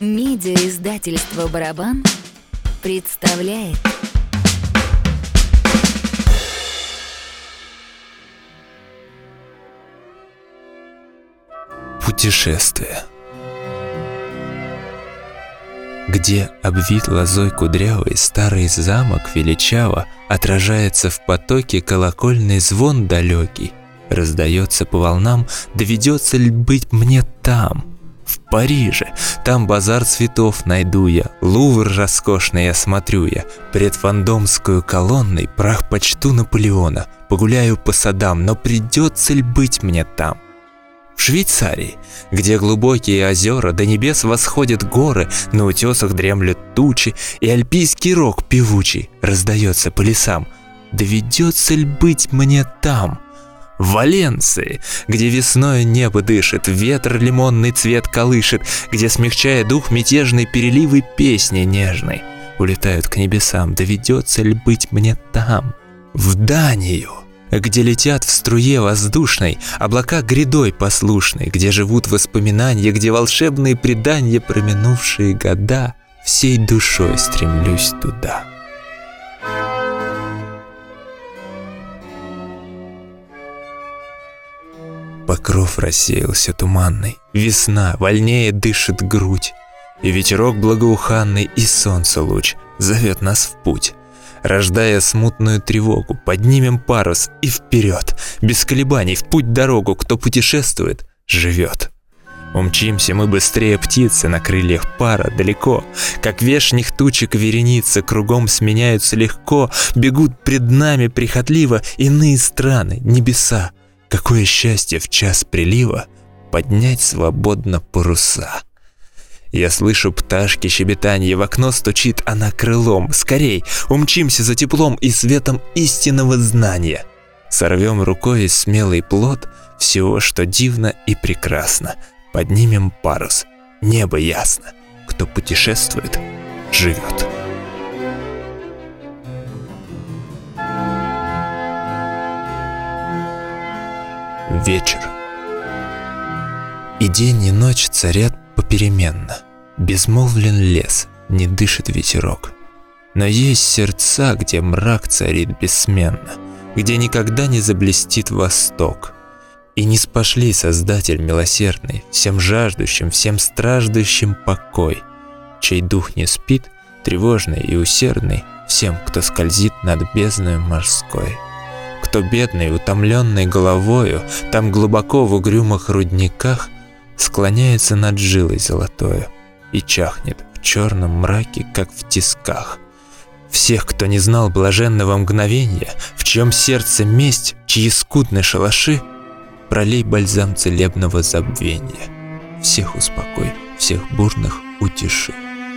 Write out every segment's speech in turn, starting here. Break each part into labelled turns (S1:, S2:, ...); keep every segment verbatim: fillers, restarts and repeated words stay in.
S1: Медиаиздательство «Барабан» представляет.
S2: Путешествие. Где обвит лозой кудрявый старый замок величаво отражается в потоке колокольный звон далекий, раздается по волнам, доведется ли быть мне там, в Париже. Там базар цветов найду я, Лувр роскошный осмотрю я, пред Вандомскую колонной прах почту Наполеона, погуляю по садам, но придется ли быть мне там? В Швейцарии, где глубокие озера, до небес восходят горы, на утесах дремлют тучи, и альпийский рог певучий раздается по лесам. Доведется ли быть мне там? В Валенции, где весною небо дышит, ветер лимонный цвет колышет, где, смягчая дух мятежной, переливы песни нежной улетают к небесам. Доведется ли быть мне там? В Данию, где летят в струе воздушной облака грядой послушной, где живут воспоминания, где волшебные преданья про минувшие года, всей душой стремлюсь туда. Покров рассеялся туманный, весна вольнее дышит грудь, и ветерок благоуханный, и солнце луч зовет нас в путь. Рождая смутную тревогу, поднимем парус и вперед, без колебаний в путь дорогу. Кто путешествует, живет. Умчимся мы быстрее птицы на крыльях пара далеко, как вешних тучек вереница кругом сменяются легко, бегут пред нами прихотливо иные страны, небеса. Какое счастье в час прилива поднять свободно паруса. Я слышу пташки щебетанье, в окно стучит она крылом. Скорей, умчимся за теплом и светом истинного знания. Сорвем рукой смелый плод всего, что дивно и прекрасно. Поднимем парус, небо ясно. Кто путешествует, живет. Вечер. И день, и ночь царят попеременно. Безмолвлен лес, не дышит ветерок. Но есть сердца, где мрак царит бессменно, где никогда не заблестит восток. И не спошли Создатель милосердный всем жаждущим, всем страждущим покой, чей дух не спит, тревожный и усердный, всем, кто скользит над бездною морской. Кто бедный, утомленный головою, там глубоко в угрюмых рудниках склоняется над жилой золотою и чахнет в черном мраке, как в тисках. Всех, кто не знал блаженного мгновения, в чьем сердце месть, чьи скудны шалаши, пролей бальзам целебного забвения. Всех успокой, всех бурных утеши.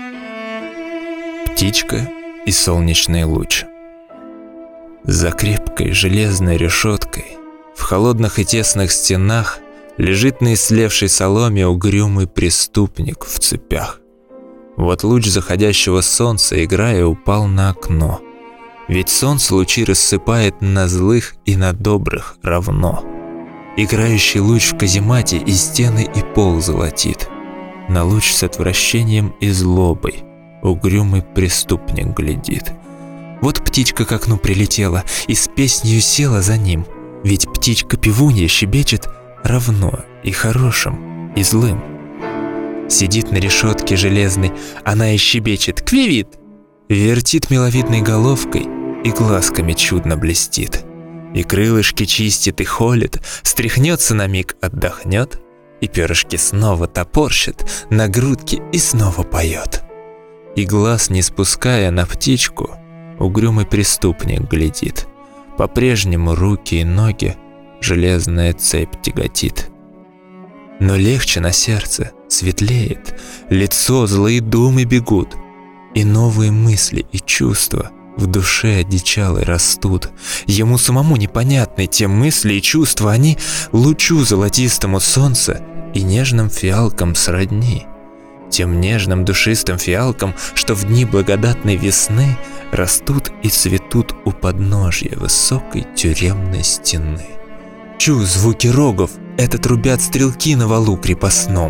S2: Птичка и солнечный луч. За крепкой железной решеткой, в холодных и тесных стенах, лежит на ислевшей соломе угрюмый преступник в цепях. Вот луч заходящего солнца, играя, упал на окно. Ведь солнце лучи рассыпает на злых и на добрых равно. Играющий луч в каземате и стены, и пол золотит. На луч с отвращением и злобой угрюмый преступник глядит. Вот птичка к окну прилетела и с песнью села за ним. Ведь птичка-певунья щебечет равно и хорошим, и злым. Сидит на решетке железной, она и щебечет «Квивит!», вертит миловидной головкой и глазками чудно блестит. И крылышки чистит и холит, стряхнется на миг, отдохнет, и перышки снова топорщит на грудке и снова поет. И глаз не спуская на птичку, угрюмый преступник глядит. По-прежнему руки и ноги железная цепь тяготит. Но легче на сердце, светлеет, лицо, злые думы бегут, и новые мысли и чувства в душе одичалой растут. Ему самому непонятны те мысли и чувства, они лучу золотистому солнца и нежным фиалкам сродни. Тем нежным душистым фиалкам, что в дни благодатной весны растут и цветут у подножья высокой тюремной стены. Чу звуки рогов, это трубят стрелки на валу крепостном.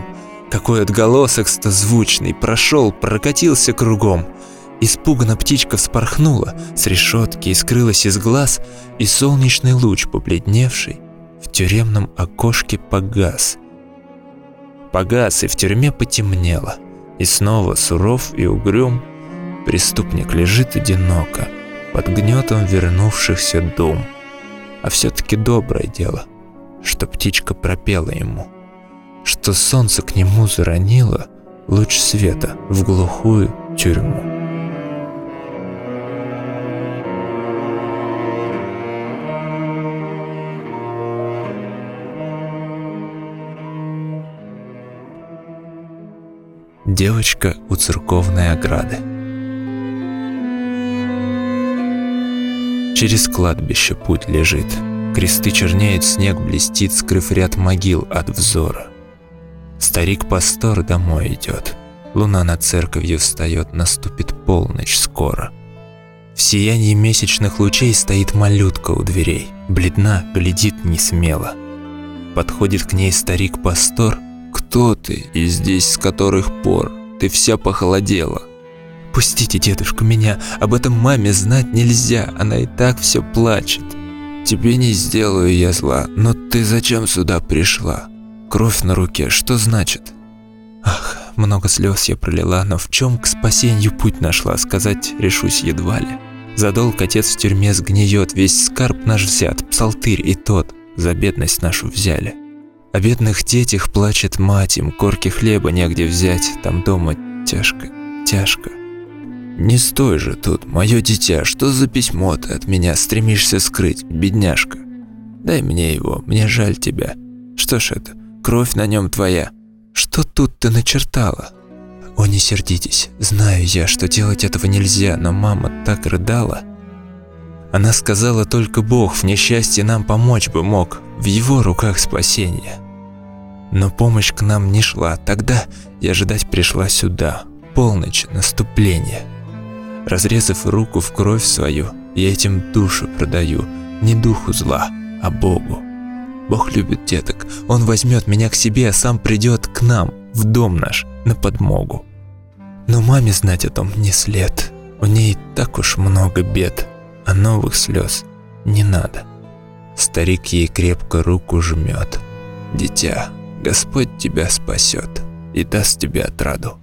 S2: Какой отголосок стозвучный прошел, прокатился кругом. Испуганно птичка вспорхнула с решетки и скрылась из глаз, и солнечный луч, побледневший, в тюремном окошке погас. Погас, и в тюрьме потемнело, и снова суров и угрюм преступник лежит одиноко под гнетом вернувшихся дум. А все-таки доброе дело, что птичка пропела ему, что солнце к нему заронило луч света в глухую тюрьму. Девочка у церковной ограды. Через кладбище путь лежит, кресты чернеют, снег блестит, скрыв ряд могил от взора. Старик-пастор домой идет, луна над церковью встает, наступит полночь скоро. В сиянии месячных лучей стоит малютка у дверей, бледна, глядит несмело. Подходит к ней старик-пастор: «Кто ты, и здесь с которых пор ты вся похолодела?» «Пустите, дедушка, меня, об этом маме знать нельзя, она и так все плачет». «Тебе не сделаю я зла, но ты зачем сюда пришла? Кровь на руке, что значит?» «Ах, много слез я пролила, но в чем к спасению путь нашла, сказать решусь едва ли. За долг отец в тюрьме сгниет, весь скарб наш взят, псалтырь и тот за бедность нашу взяли. О бедных детях плачет мать, им корки хлеба негде взять, там дома тяжко, тяжко». «Не стой же тут, мое дитя, что за письмо ты от меня стремишься скрыть, бедняжка? Дай мне его, мне жаль тебя. Что ж это, кровь на нем твоя. Что тут ты начертала?» «О, не сердитесь, знаю я, что делать этого нельзя, но мама так рыдала. Она сказала, только Бог в несчастье нам помочь бы мог, в его руках спасение. Но помощь к нам не шла, тогда я ждать пришла сюда, полночь, наступление. Разрезав руку в кровь свою, я этим душу продаю, не духу зла, а Богу. Бог любит деток, Он возьмет меня к себе, а сам придет к нам, в дом наш, на подмогу. Но маме знать о том не след, у ней так уж много бед, а новых слез не надо». Старик ей крепко руку жмет: «Дитя, Господь тебя спасет и даст тебе отраду».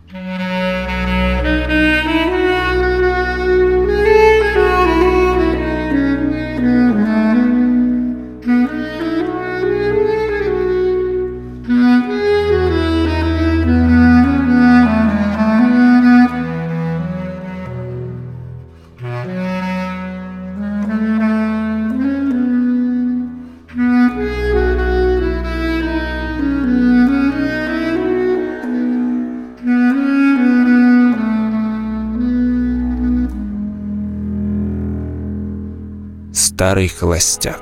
S2: Старый холостяк.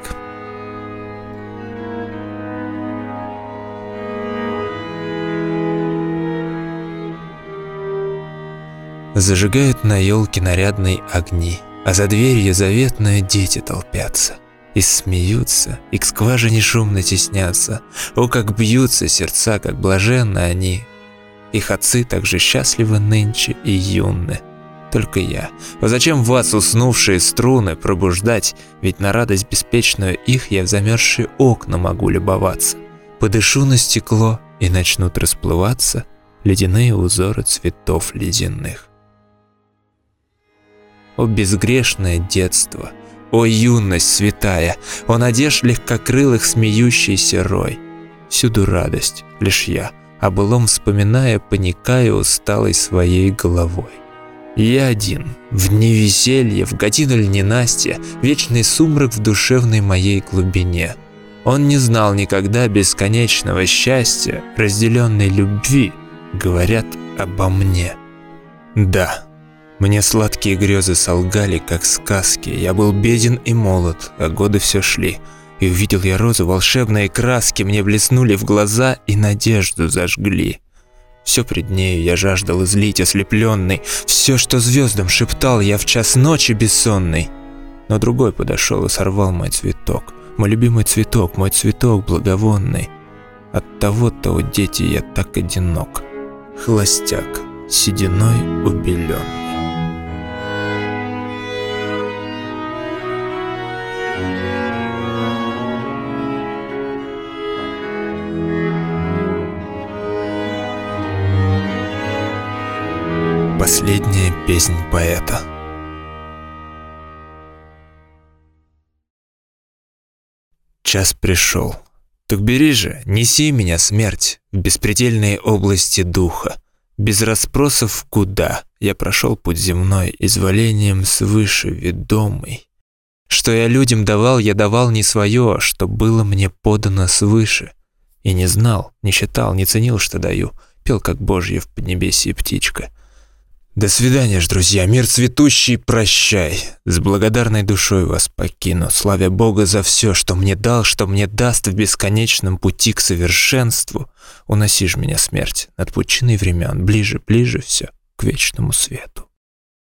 S2: Зажигают на елке нарядные огни, а за дверью заветные дети толпятся. И смеются, и к скважине шумно теснятся. О, как бьются сердца, как блаженны они! Их отцы так же счастливы нынче и юны. Только я. А зачем вас, уснувшие струны, пробуждать? Ведь на радость беспечную их я в замерзшие окна могу любоваться. Подышу на стекло, и начнут расплываться ледяные узоры цветов ледяных. О, безгрешное детство! О, юность святая! О, надежд легкокрылых смеющийся рой! Всюду радость, лишь я, о былом вспоминая, поникаю усталой своей головой. Я один, в дни веселья, в годину льненастья, вечный сумрак в душевной моей глубине. Он не знал никогда бесконечного счастья, разделенной любви, говорят обо мне. Да, мне сладкие грезы солгали, как сказки, я был беден и молод, а годы все шли. И увидел я розы, волшебные краски мне блеснули в глаза и надежду зажгли. Все пред нею я жаждал излить ослепленный, все, что звездам шептал я в час ночи бессонной. Но другой подошел и сорвал мой цветок, мой любимый цветок, мой цветок благовонный. От того-то, о дети, я так одинок. Холостяк, сединой убеленный. Последняя песнь поэта. Час пришел. Так бери же, неси меня, смерть, в беспредельные области духа. Без расспросов куда я прошел путь земной, изволением свыше ведомый. Что я людям давал, я давал не свое, что было мне подано свыше. И не знал, не считал, не ценил, что даю, пел, как Божья в поднебесье птичка. До свидания ж, друзья, мир цветущий, прощай. С благодарной душой вас покину, славя Бога за все, что мне дал, что мне даст в бесконечном пути к совершенству. Уноси ж меня, смерть, над пучиной времен, ближе, ближе все к вечному свету.